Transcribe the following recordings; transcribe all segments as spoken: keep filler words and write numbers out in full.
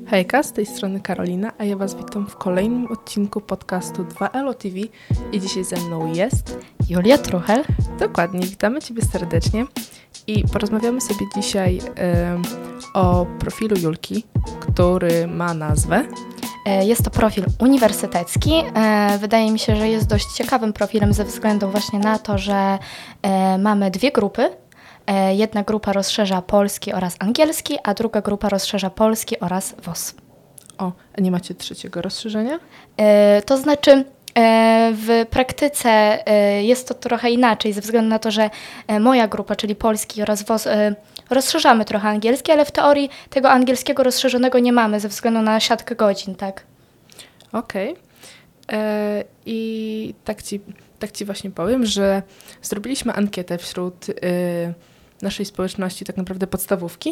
Hejka, z tej strony Karolina, a ja Was witam w kolejnym odcinku podcastu dwa Elo T V i dzisiaj ze mną jest Julia Truchel. Dokładnie, witamy Ciebie serdecznie i porozmawiamy sobie dzisiaj y, o profilu Julki, który ma nazwę. Jest to profil uniwersytecki. Wydaje mi się, że jest dość ciekawym profilem ze względu właśnie na to, że mamy dwie grupy. Jedna grupa rozszerza polski oraz angielski, a druga grupa rozszerza polski oraz W O S. O, a nie macie trzeciego rozszerzenia? To znaczy w praktyce jest to trochę inaczej, ze względu na to, że moja grupa, czyli polski oraz W O S, rozszerzamy trochę angielski, ale w teorii tego angielskiego rozszerzonego nie mamy ze względu na siatkę godzin, tak? Okej. Okay. I tak ci, tak ci właśnie powiem, że zrobiliśmy ankietę wśród y, naszej społeczności, tak naprawdę podstawówki,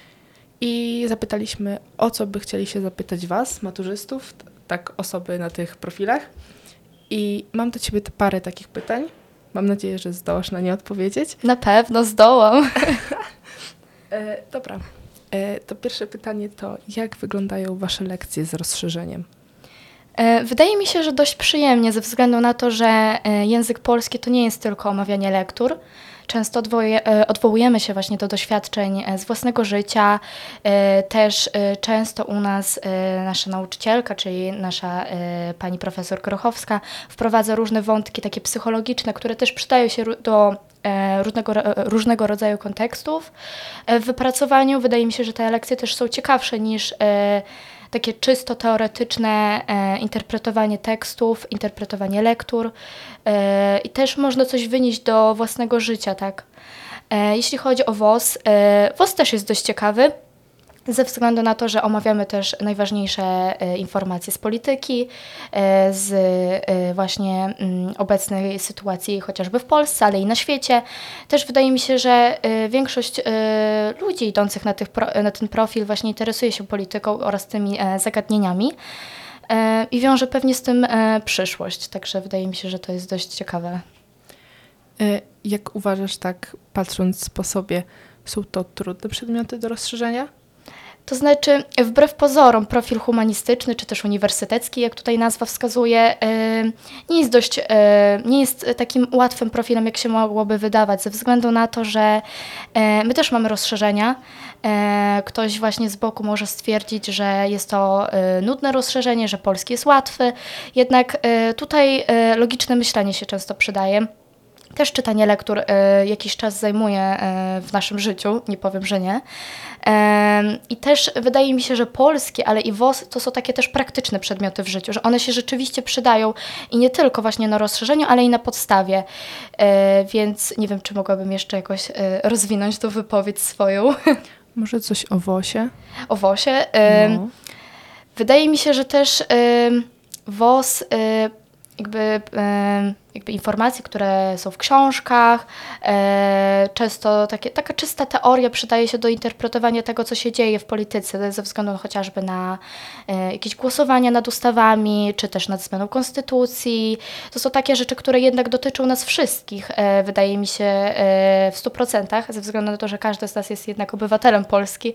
i zapytaliśmy, o co by chcieli się zapytać Was, maturzystów, tak osoby na tych profilach. I mam do Ciebie parę takich pytań. Mam nadzieję, że zdołasz na nie odpowiedzieć. Na pewno zdołam. e, dobra. E, to pierwsze pytanie to, jak wyglądają Wasze lekcje z rozszerzeniem? E, wydaje mi się, że dość przyjemnie, ze względu na to, że język polski to nie jest tylko omawianie lektur. Często odwołuje, odwołujemy się właśnie do doświadczeń z własnego życia. Też często u nas nasza nauczycielka, czyli nasza pani profesor Grochowska, wprowadza różne wątki takie psychologiczne, które też przydają się do różnego, różnego rodzaju kontekstów. W wypracowaniu wydaje mi się, że te lekcje też są ciekawsze niż takie czysto teoretyczne e, interpretowanie tekstów, interpretowanie lektur e, i też można coś wynieść do własnego życia, tak. E, jeśli chodzi o W O S, e, W O S też jest dość ciekawy, ze względu na to, że omawiamy też najważniejsze e, informacje z polityki, e, z e, właśnie m, obecnej sytuacji chociażby w Polsce, ale i na świecie. Też wydaje mi się, że e, większość e, ludzi idących na, tych pro, na ten profil właśnie interesuje się polityką oraz tymi e, zagadnieniami e, i wiąże pewnie z tym e, przyszłość. Także wydaje mi się, że to jest dość ciekawe. E, jak uważasz, tak patrząc po sobie, są to trudne przedmioty do rozszerzenia? To znaczy, wbrew pozorom, profil humanistyczny, czy też uniwersytecki, jak tutaj nazwa wskazuje, nie jest dość, nie jest takim łatwym profilem, jak się mogłoby wydawać, ze względu na to, że my też mamy rozszerzenia. Ktoś właśnie z boku może stwierdzić, że jest to nudne rozszerzenie, że polski jest łatwy, jednak tutaj logiczne myślenie się często przydaje. Też czytanie lektur y, jakiś czas zajmuje y, w naszym życiu, nie powiem, że nie. Y, I też wydaje mi się, że polskie, ale i W O S to są takie też praktyczne przedmioty w życiu, że one się rzeczywiście przydają i nie tylko właśnie na rozszerzeniu, ale i na podstawie. Y, więc nie wiem, czy mogłabym jeszcze jakoś y, rozwinąć tą wypowiedź swoją. Może coś o W O S-ie? O W O S-ie. Y, no. Wydaje mi się, że też y, W O S... Y, Jakby, jakby informacje, które są w książkach, często takie, taka czysta teoria przydaje się do interpretowania tego, co się dzieje w polityce, ze względu chociażby na jakieś głosowania nad ustawami, czy też nad zmianą konstytucji. To są takie rzeczy, które jednak dotyczą nas wszystkich, wydaje mi się, w stu procentach, ze względu na to, że każdy z nas jest jednak obywatelem Polski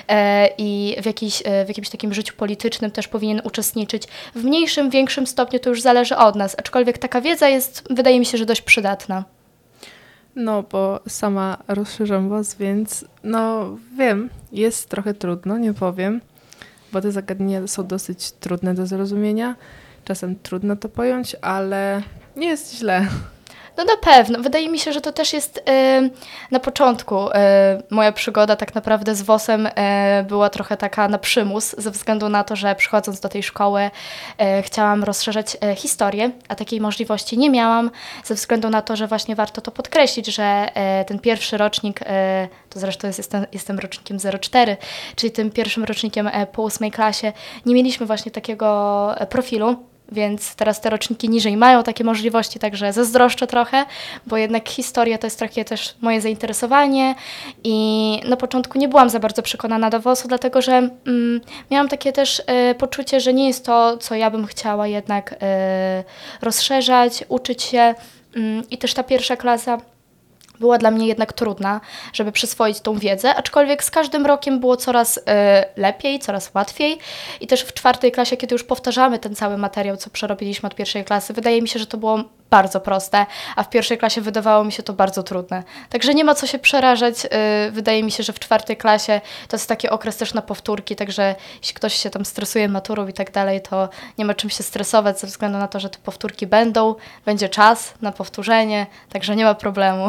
i w, jakiś, w jakimś takim życiu politycznym też powinien uczestniczyć w mniejszym, większym stopniu, to już zależy od nas, aczkolwiek taka wiedza jest, wydaje mi się, że dość przydatna. No, bo sama rozszerzam W O S, więc no wiem, jest trochę trudno, nie powiem, bo te zagadnienia są dosyć trudne do zrozumienia, czasem trudno to pojąć, ale nie jest źle. No na pewno. Wydaje mi się, że to też jest y, na początku y, moja przygoda tak naprawdę z W O S-em y, była trochę taka na przymus, ze względu na to, że przychodząc do tej szkoły y, chciałam rozszerzać y, historię, a takiej możliwości nie miałam, ze względu na to, że właśnie warto to podkreślić, że y, ten pierwszy rocznik, y, to zresztą jest, jestem, jestem rocznikiem zero cztery, czyli tym pierwszym rocznikiem y, po ósmej klasie, nie mieliśmy właśnie takiego y, profilu. Więc teraz te roczniki niżej mają takie możliwości, także zazdroszczę trochę, bo jednak historia to jest takie też moje zainteresowanie i na początku nie byłam za bardzo przekonana do W O S-u, dlatego że mm, miałam takie też y, poczucie, że nie jest to, co ja bym chciała jednak y, rozszerzać, uczyć się y, i też ta pierwsza klasa była dla mnie jednak trudna, żeby przyswoić tą wiedzę, aczkolwiek z każdym rokiem było coraz y, lepiej, coraz łatwiej i też w czwartej klasie, kiedy już powtarzamy ten cały materiał, co przerobiliśmy od pierwszej klasy, wydaje mi się, że to było bardzo proste, a w pierwszej klasie wydawało mi się to bardzo trudne. Także nie ma co się przerażać, y, wydaje mi się, że w czwartej klasie to jest taki okres też na powtórki, także jeśli ktoś się tam stresuje maturą i tak dalej, to nie ma czym się stresować ze względu na to, że te powtórki będą, będzie czas na powtórzenie, także nie ma problemu.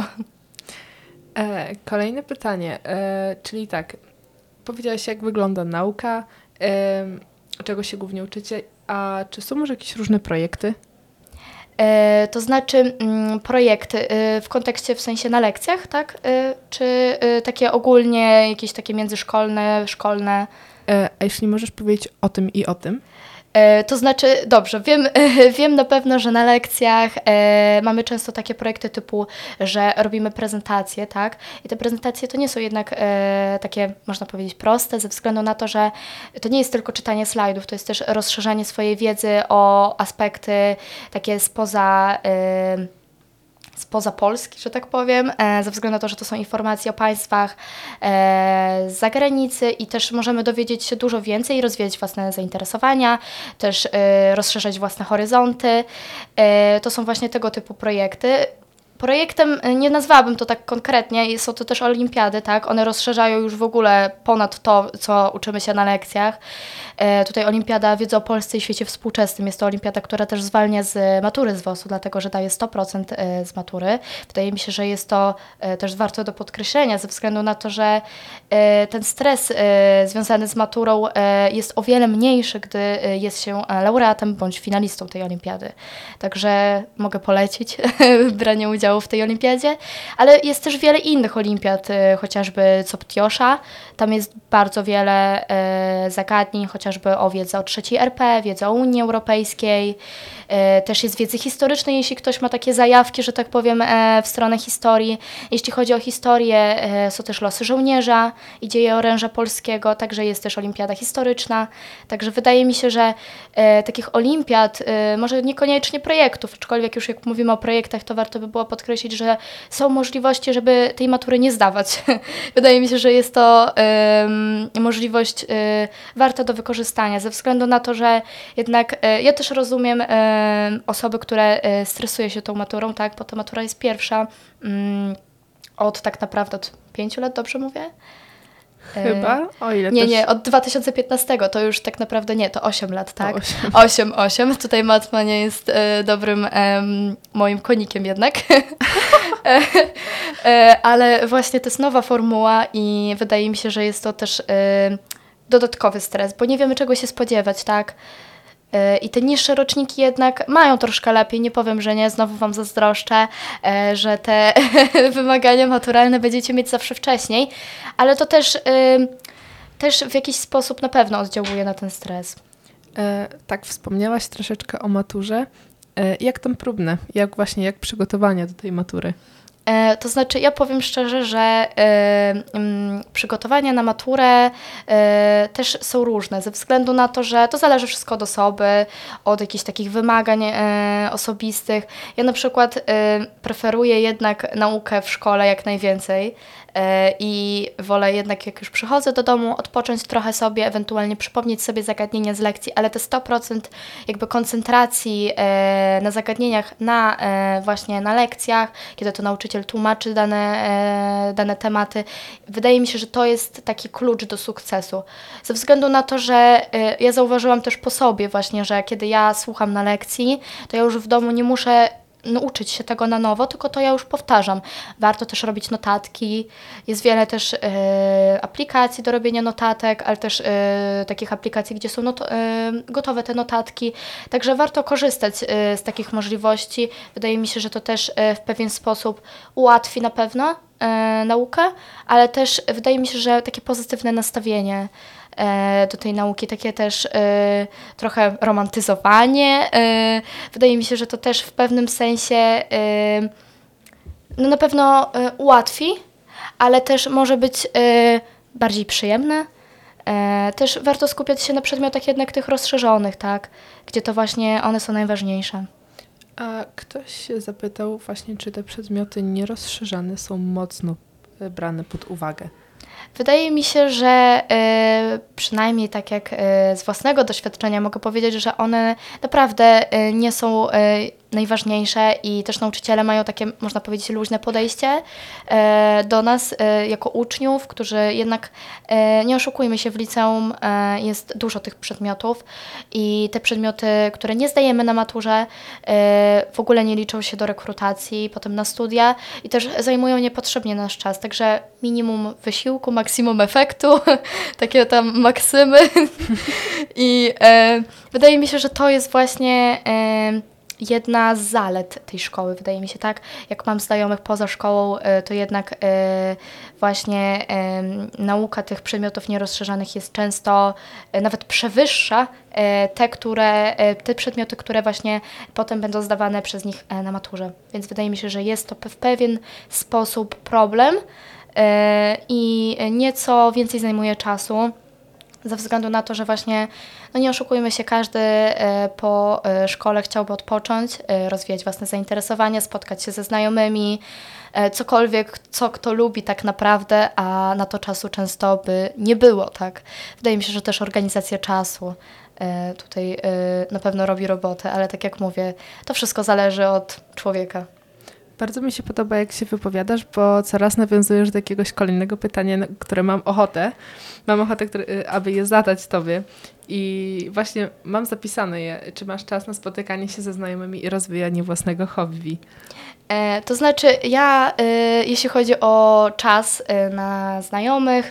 E, kolejne pytanie, e, czyli tak, powiedziałaś, jak wygląda nauka, e, czego się głównie uczycie, a czy są może jakieś różne projekty? E, to znaczy mm, projekty e, w kontekście, w sensie na lekcjach, tak? E, czy e, takie ogólnie, jakieś takie międzyszkolne, szkolne? E, a jeśli możesz powiedzieć o tym i o tym? E, To znaczy, dobrze, wiem, e, wiem na pewno, że na lekcjach e, mamy często takie projekty typu, że robimy prezentacje, tak? I te prezentacje to nie są jednak e, takie, można powiedzieć, proste, ze względu na to, że to nie jest tylko czytanie slajdów, to jest też rozszerzanie swojej wiedzy o aspekty takie spoza... E, spoza Polski, że tak powiem, e, ze względu na to, że to są informacje o państwach e, z zagranicy i też możemy dowiedzieć się dużo więcej, rozwijać własne zainteresowania, też e, rozszerzać własne horyzonty. E, to są właśnie tego typu projekty. Projektem e, nie nazwałabym to tak konkretnie, są to też olimpiady, tak? One rozszerzają już w ogóle ponad to, co uczymy się na lekcjach. E, tutaj Olimpiada Wiedzy o Polsce i Świecie Współczesnym. Jest to olimpiada, która też zwalnia z matury z WOS-u, dlatego że daje sto procent e, z matury. Wydaje mi się, że jest to e, też warte do podkreślenia ze względu na to, że e, ten stres e, związany z maturą e, jest o wiele mniejszy, gdy e, jest się laureatem bądź finalistą tej olimpiady. Także mogę polecić branie udziału w tej olimpiadzie, ale jest też wiele innych olimpiad, e, chociażby Coptiosza. Tam jest bardzo wiele e, zagadnień, chociażby o wiedzę o trzeciej R P, wiedzę o Unii Europejskiej. E, też jest wiedzy historycznej, jeśli ktoś ma takie zajawki, że tak powiem, e, w stronę historii. Jeśli chodzi o historię, e, są też losy żołnierza i dzieje oręża polskiego, także jest też olimpiada historyczna. Także wydaje mi się, że e, takich olimpiad, e, może niekoniecznie projektów, aczkolwiek już jak mówimy o projektach, to warto by było podkreślić, że są możliwości, żeby tej matury nie zdawać. Wydaje mi się, że jest to e, możliwość e, warta do wykorzystania, ze względu na to, że jednak e, ja też rozumiem e, osoby, które e, stresuje się tą maturą, tak, bo ta matura jest pierwsza mm, od tak naprawdę od pięciu lat, dobrze mówię? Chyba, o ile Nie, też... nie, od dwa tysiące piętnastego, to już tak naprawdę nie, to osiem lat, tak? osiem. osiem, osiem. Tutaj matma nie jest e, dobrym e, moim konikiem jednak. e, e, ale właśnie to jest nowa formuła i wydaje mi się, że jest to też e, dodatkowy stres, bo nie wiemy czego się spodziewać, tak? I te niższe roczniki jednak mają troszkę lepiej, nie powiem, że nie, znowu Wam zazdroszczę, że te wymagania maturalne będziecie mieć zawsze wcześniej, ale to też, też w jakiś sposób na pewno oddziałuje na ten stres. E, tak, wspomniałaś troszeczkę o maturze. E, jak tam próbne? Jak właśnie, jak przygotowania do tej matury? E, to znaczy, ja powiem szczerze, że e, m, przygotowania na maturę e, też są różne, ze względu na to, że to zależy wszystko od osoby, od jakichś takich wymagań e, osobistych. Ja na przykład e, preferuję jednak naukę w szkole jak najwięcej e, i wolę jednak, jak już przychodzę do domu, odpocząć trochę sobie, ewentualnie przypomnieć sobie zagadnienia z lekcji, ale te sto procent jakby koncentracji e, na zagadnieniach, na e, właśnie na lekcjach, kiedy to nauczyciel tłumaczy dane, e, dane tematy. Wydaje mi się, że to jest taki klucz do sukcesu. Ze względu na to, że e, ja zauważyłam też po sobie właśnie, że kiedy ja słucham na lekcji, to ja już w domu nie muszę no, uczyć się tego na nowo, tylko to ja już powtarzam. Warto też robić notatki. Jest wiele też e, aplikacji do robienia notatek, ale też e, takich aplikacji, gdzie są not- e, gotowe te notatki. Także warto korzystać e, z takich możliwości. Wydaje mi się, że to też e, w pewien sposób ułatwi na pewno e, naukę, ale też wydaje mi się, że takie pozytywne nastawienie do tej nauki, takie też e, trochę romantyzowanie. E, wydaje mi się, że to też w pewnym sensie e, no na pewno e, ułatwi, ale też może być e, bardziej przyjemne. E, też warto skupiać się na przedmiotach jednak tych rozszerzonych, tak? Gdzie to właśnie one są najważniejsze. A ktoś się zapytał właśnie, czy te przedmioty nierozszerzane są mocno e, brane pod uwagę. Wydaje mi się, że y, przynajmniej tak jak y, z własnego doświadczenia mogę powiedzieć, że one naprawdę y, nie są y, najważniejsze i też nauczyciele mają takie, można powiedzieć, luźne podejście y, do nas y, jako uczniów, którzy jednak, y, nie oszukujmy się, w liceum y, jest dużo tych przedmiotów i te przedmioty, które nie zdajemy na maturze, y, w ogóle nie liczą się do rekrutacji, potem na studia i też zajmują niepotrzebnie nasz czas, także minimum wysiłku, maksimum efektu, takie tam maksymy. I e, wydaje mi się, że to jest właśnie e, jedna z zalet tej szkoły, wydaje mi się, tak? Jak mam znajomych poza szkołą, e, to jednak e, właśnie e, nauka tych przedmiotów nierozszerzanych jest często e, nawet przewyższa e, te, które, e, te przedmioty, które właśnie potem będą zdawane przez nich e, na maturze. Więc wydaje mi się, że jest to w pewien sposób problem, i nieco więcej zajmuje czasu, ze względu na to, że właśnie, no nie oszukujmy się, każdy po szkole chciałby odpocząć, rozwijać własne zainteresowania, spotkać się ze znajomymi, cokolwiek, co kto lubi tak naprawdę, a na to czasu często by nie było, tak. Wydaje mi się, że też organizacja czasu tutaj na pewno robi robotę, ale tak jak mówię, to wszystko zależy od człowieka. Bardzo mi się podoba, jak się wypowiadasz, bo coraz nawiązujesz do jakiegoś kolejnego pytania, które mam ochotę. Mam ochotę, który, aby je zadać tobie. I właśnie mam zapisane je. Czy masz czas na spotykanie się ze znajomymi i rozwijanie własnego hobby? E, to znaczy, ja, e, jeśli chodzi o czas e, na znajomych,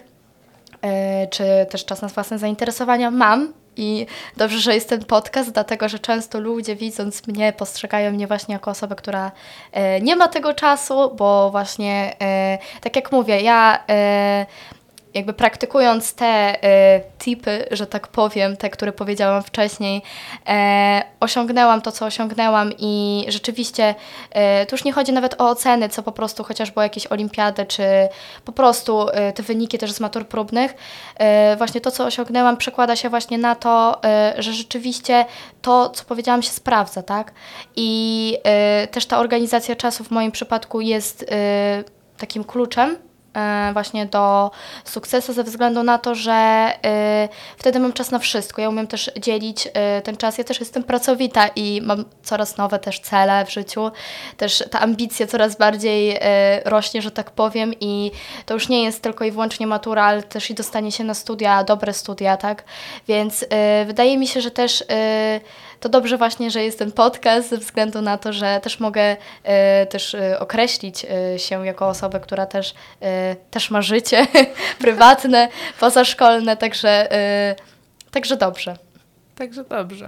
e, czy też czas na własne zainteresowania, mam. I dobrze, że jest ten podcast, dlatego że często ludzie, widząc mnie, postrzegają mnie właśnie jako osobę, która e, nie ma tego czasu, bo właśnie, e, tak jak mówię, ja e, jakby praktykując te e, tipy, że tak powiem, te, które powiedziałam wcześniej, e, osiągnęłam to, co osiągnęłam i rzeczywiście e, tu już nie chodzi nawet o oceny, co po prostu chociażby o jakieś olimpiady, czy po prostu e, te wyniki też z matur próbnych. E, właśnie to, co osiągnęłam, przekłada się właśnie na to, e, że rzeczywiście to, co powiedziałam, się sprawdza, tak? I e, też ta organizacja czasu w moim przypadku jest e, takim kluczem właśnie do sukcesu, ze względu na to, że y, wtedy mam czas na wszystko. Ja umiem też dzielić y, ten czas. Ja też jestem pracowita i mam coraz nowe też cele w życiu. Też ta ambicja coraz bardziej y, rośnie, że tak powiem, i to już nie jest tylko i wyłącznie matura, ale też i dostanie się na studia, dobre studia, tak? Więc y, wydaje mi się, że też y, to dobrze właśnie, że jest ten podcast, ze względu na to, że też mogę y, też y, określić y, się jako osobę, która też, y, też ma życie prywatne, pozaszkolne, także, y, także dobrze. Także dobrze.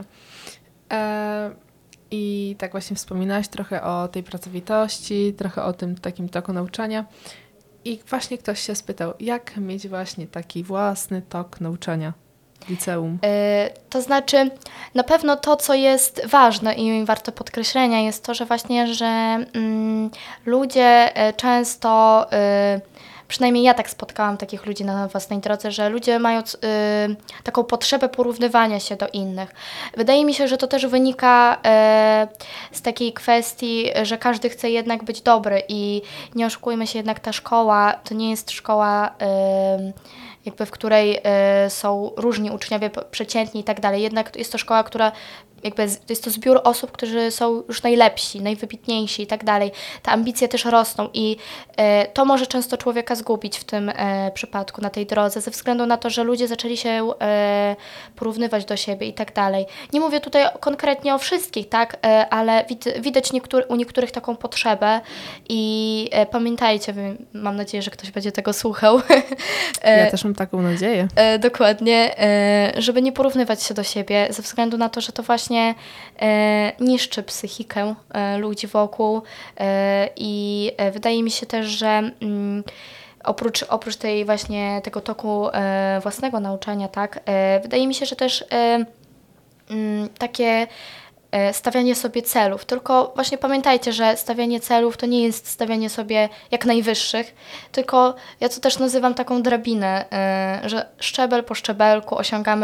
E, I tak właśnie wspominałaś trochę o tej pracowitości, trochę o tym takim toku nauczania. I właśnie ktoś się spytał, jak mieć właśnie taki własny tok nauczania w liceum? Y, to znaczy, na pewno to, co jest ważne i warto podkreślenia, jest to, że właśnie, że mm, ludzie y, często, y, przynajmniej ja tak spotkałam takich ludzi na własnej drodze, że ludzie mają y, taką potrzebę porównywania się do innych. Wydaje mi się, że to też wynika y, z takiej kwestii, że każdy chce jednak być dobry i nie oszukujmy się, jednak ta szkoła to nie jest szkoła y, jakby w której y, są różni uczniowie przeciętni i tak dalej. Jednak jest to szkoła, która jakby z, jest to zbiór osób, którzy są już najlepsi, najwybitniejsi i tak dalej. Te ambicje też rosną i y, to może często człowieka zgubić w tym y, przypadku, na tej drodze, ze względu na to, że ludzie zaczęli się y, porównywać do siebie i tak dalej. Nie mówię tutaj konkretnie o wszystkich, tak, y, ale wid, widać niektóry, u niektórych taką potrzebę i y, pamiętajcie, mam nadzieję, że ktoś będzie tego słuchał. Ja też mam taką nadzieję. Y, dokładnie, y, żeby nie porównywać się do siebie, ze względu na to, że to właśnie e, niszczy psychikę e, ludzi wokół e, i e, wydaje mi się też, że mm, oprócz, oprócz tej właśnie tego toku e, własnego nauczania, tak, e, wydaje mi się, że też e, mm, takie e, stawianie sobie celów, tylko właśnie pamiętajcie, że stawianie celów to nie jest stawianie sobie jak najwyższych, tylko ja to też nazywam taką drabinę, e, że szczebel po szczebelku osiągamy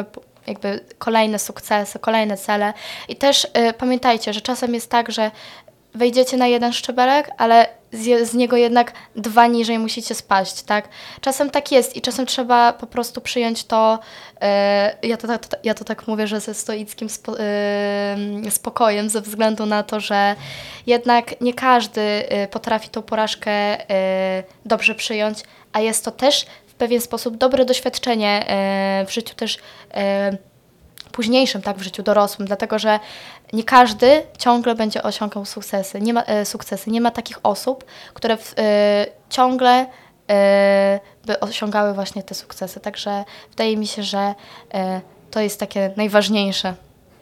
jakby kolejne sukcesy, kolejne cele. I też y, pamiętajcie, że czasem jest tak, że wejdziecie na jeden szczebelek, ale z, z niego jednak dwa niżej musicie spaść, tak? Czasem tak jest i czasem trzeba po prostu przyjąć to, yy, ja, to, to, ja to tak mówię, że ze stoickim spo, yy, spokojem, ze względu na to, że jednak nie każdy yy, potrafi tą porażkę yy, dobrze przyjąć, a jest to też w pewien sposób dobre doświadczenie yy, w życiu też yy, późniejszym, tak, w życiu dorosłym, dlatego że nie każdy ciągle będzie osiągał sukcesy. Nie ma, e, sukcesy. Nie ma takich osób, które w, e, ciągle e, by osiągały właśnie te sukcesy. Także wydaje mi się, że e, to jest takie najważniejsze.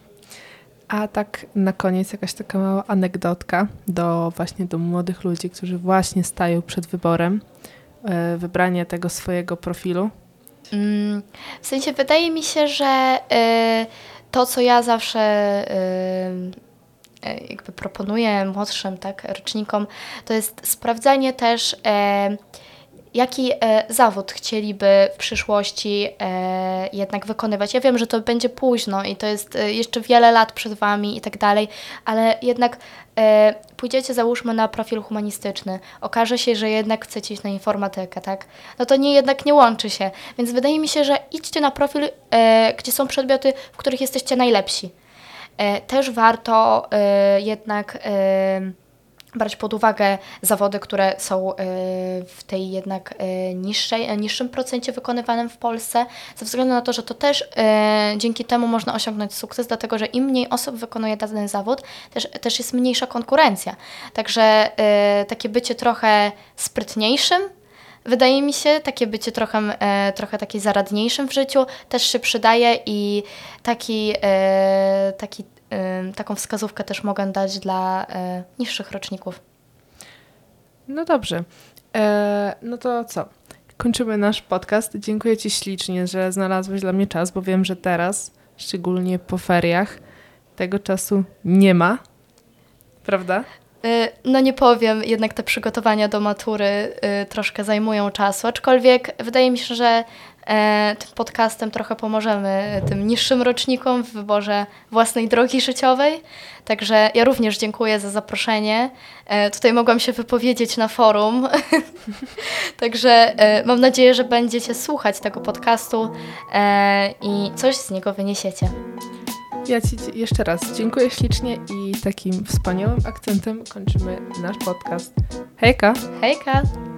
A tak na koniec jakaś taka mała anegdotka do właśnie do młodych ludzi, którzy właśnie stają przed wyborem e, wybrania tego swojego profilu. W sensie wydaje mi się, że y, to, co ja zawsze y, y, jakby proponuję młodszym tak, rocznikom, to jest sprawdzanie też, y, jaki y, zawód chcieliby w przyszłości y, jednak wykonywać. Ja wiem, że to będzie późno i to jest y, jeszcze wiele lat przed Wami i tak dalej, ale jednak y, pójdziecie, załóżmy, na profil humanistyczny, okaże się, że jednak chcecie iść na informatykę, tak? No to nie, jednak nie łączy się. Więc wydaje mi się, że idźcie na profil, e, gdzie są przedmioty, w których jesteście najlepsi. E, też warto e, jednak e, brać pod uwagę zawody, które są e, w tej jednak e, niższej, niższym procencie wykonywanym w Polsce, ze względu na to, że to też e, dzięki temu można osiągnąć sukces, dlatego że im mniej osób wykonuje dany zawód, też, też jest mniejsza konkurencja. Także e, takie bycie trochę sprytniejszym, wydaje mi się, takie bycie trochę, e, trochę taki zaradniejszym w życiu też się przydaje i taki, e, taki, e, taką wskazówkę też mogę dać dla e, niższych roczników. No dobrze. E, no to co? Kończymy nasz podcast. Dziękuję Ci ślicznie, że znalazłeś dla mnie czas, bo wiem, że teraz, szczególnie po feriach, tego czasu nie ma. Prawda? No nie powiem, jednak te przygotowania do matury y, troszkę zajmują czasu, aczkolwiek wydaje mi się, że e, tym podcastem trochę pomożemy tym niższym rocznikom w wyborze własnej drogi życiowej. Także ja również dziękuję za zaproszenie. E, tutaj mogłam się wypowiedzieć na forum. Także e, mam nadzieję, że będziecie słuchać tego podcastu e, i coś z niego wyniesiecie. Ja Ci jeszcze raz dziękuję ślicznie i takim wspaniałym akcentem kończymy nasz podcast. Hejka! Hejka!